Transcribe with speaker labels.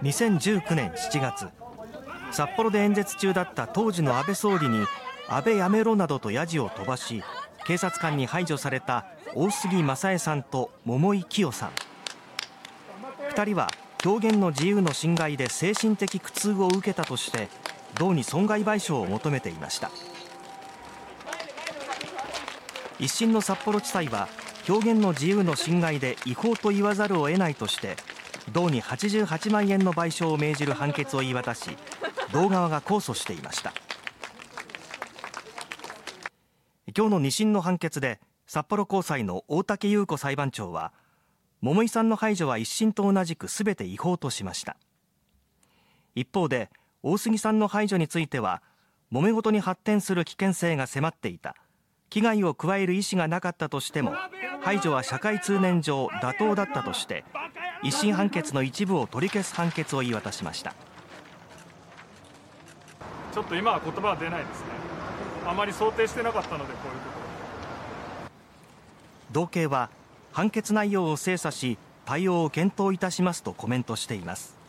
Speaker 1: 2019年7月、札幌で演説中だった当時の安倍総理に安倍やめろなどとヤジを飛ばし、警察官に排除された大杉正恵さんと桃井希代さん。2人は表現の自由の侵害で精神的苦痛を受けたとして道に損害賠償を求めていました。一審の札幌地裁は表現の自由の侵害で違法と言わざるを得ないとして道に88万円の賠償を命じる判決を言い渡し、道側が控訴していました。今日の二審の判決で札幌高裁の大竹優子裁判長は、桃井さんの排除は一審と同じく全て違法としました。一方で大杉さんの排除については、揉め事に発展する危険性が迫っていた、危害を加える意思がなかったとしても排除は社会通念上妥当だったとして一審判決の一部を取り消す判決を言い渡しました。
Speaker 2: ちょっと今は言葉は出ないですね。あまり想定してなかったので、こういうとこ
Speaker 1: ろ。道警は判決内容を精査し対応を検討いたしますとコメントしています。